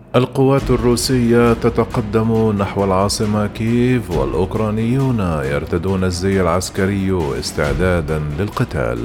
القوات الروسية تتقدم نحو العاصمة كييف، والأوكرانيون يرتدون الزي العسكري استعدادا للقتال.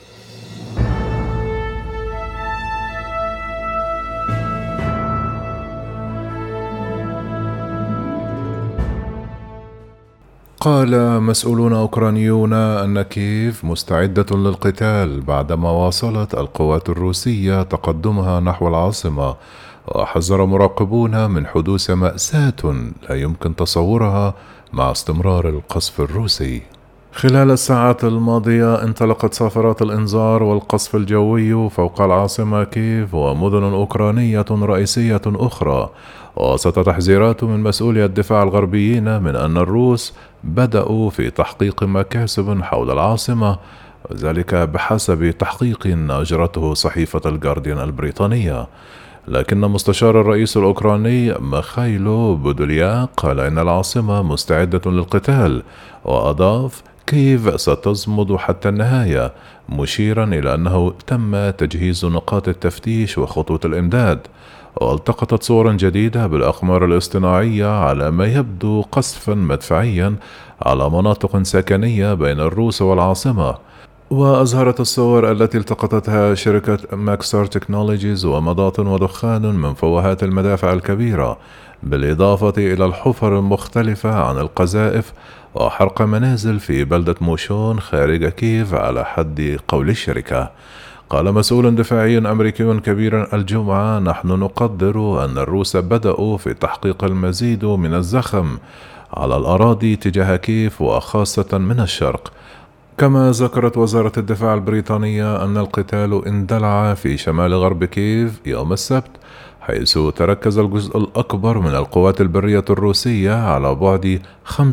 قال مسؤولون أوكرانيون أن كييف مستعدة للقتال بعدما واصلت القوات الروسية تقدمها نحو العاصمة، وحذر مراقبون من حدوث مأساة لا يمكن تصورها مع استمرار القصف الروسي. خلال الساعات الماضية انطلقت صافرات الإنذار والقصف الجوي فوق العاصمة كييف ومدن أوكرانية رئيسية أخرى، وسط تحذيرات من مسؤولي الدفاع الغربيين من أن الروس بدأوا في تحقيق مكاسب حول العاصمة، وذلك بحسب تحقيق أجرته صحيفة الجارديان البريطانية. لكن مستشار الرئيس الأوكراني ميخايلو بودولياك قال إن العاصمة مستعدة للقتال، وأضاف: كييف ستصمد حتى النهاية، مشيرا إلى أنه تم تجهيز نقاط التفتيش وخطوط الإمداد. والتقطت صورا جديدة بالأقمار الاصطناعية على ما يبدو قصفا مدفعيا على مناطق سكنية بين الروس والعاصمة. وأظهرت الصور التي التقطتها شركة ماكستار تكنولوجيز ومضات ودخان من فوهات المدافع الكبيرة، بالإضافة إلى الحفر المختلفة عن القذائف وحرق منازل في بلدة موشون خارج كييف على حد قول الشركة. قال مسؤول دفاعي أمريكي كبير الجمعة: نحن نقدر أن الروس بدأوا في تحقيق المزيد من الزخم على الأراضي تجاه كييف وخاصة من الشرق. كما ذكرت وزارة الدفاع البريطانية أن القتال اندلع في شمال غرب كييف يوم السبت، حيث تركز الجزء الأكبر من القوات البرية الروسية على بعد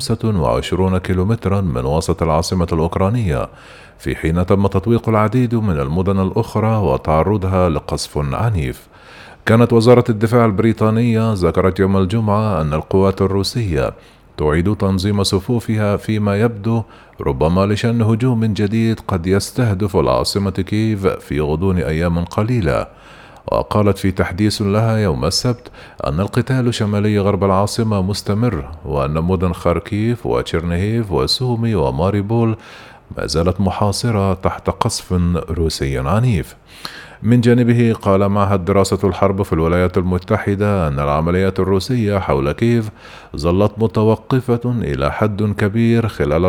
25 كيلومترا من وسط العاصمة الأوكرانية، في حين تم تطويق العديد من المدن الأخرى وتعرضها لقصف عنيف. كانت وزارة الدفاع البريطانية ذكرت يوم الجمعة أن القوات الروسية تعيد تنظيم صفوفها فيما يبدو ربما لشن هجوم جديد قد يستهدف العاصمة كييف في غضون أيام قليلة. وقالت في تحديث لها يوم السبت أن القتال شمالي غرب العاصمة مستمر، وأن مدن خاركيف وتشيرنيهيف وسومي وماريبول ما زالت محاصرة تحت قصف روسي عنيف. من جانبه قال معهد دراسة الحرب في الولايات المتحدة أن العمليات الروسية حول كييف ظلت متوقفة إلى حد كبير خلال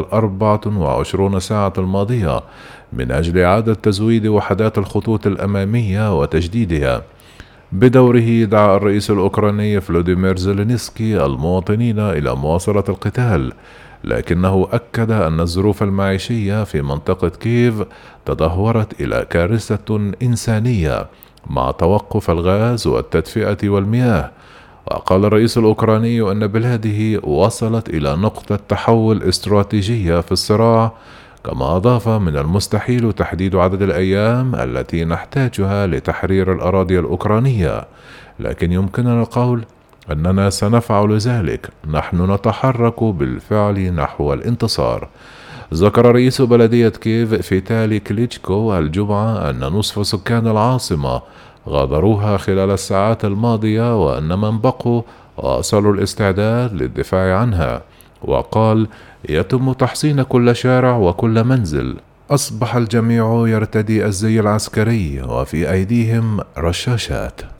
24 ساعة الماضية من أجل إعادة تزويد وحدات الخطوط الأمامية وتجديدها. بدوره دعا الرئيس الأوكراني فلوديمير زيلينسكي المواطنين إلى مواصلة القتال، لكنه أكد أن الظروف المعيشية في منطقة كييف تدهورت إلى كارثة إنسانية مع توقف الغاز والتدفئة والمياه. وقال الرئيس الأوكراني أن بلاده وصلت إلى نقطة تحول استراتيجية في الصراع، كما أضاف: من المستحيل تحديد عدد الأيام التي نحتاجها لتحرير الأراضي الأوكرانية، لكن يمكننا القول أننا سنفعل ذلك، نحن نتحرك بالفعل نحو الانتصار. ذكر رئيس بلدية كييف فيتالي كليتشكو الجمعة أن نصف سكان العاصمة غادروها خلال الساعات الماضية، وأن من بقوا واصلوا الاستعداد للدفاع عنها. وقال: يتم تحصين كل شارع وكل منزل، أصبح الجميع يرتدي الزي العسكري وفي أيديهم رشاشات.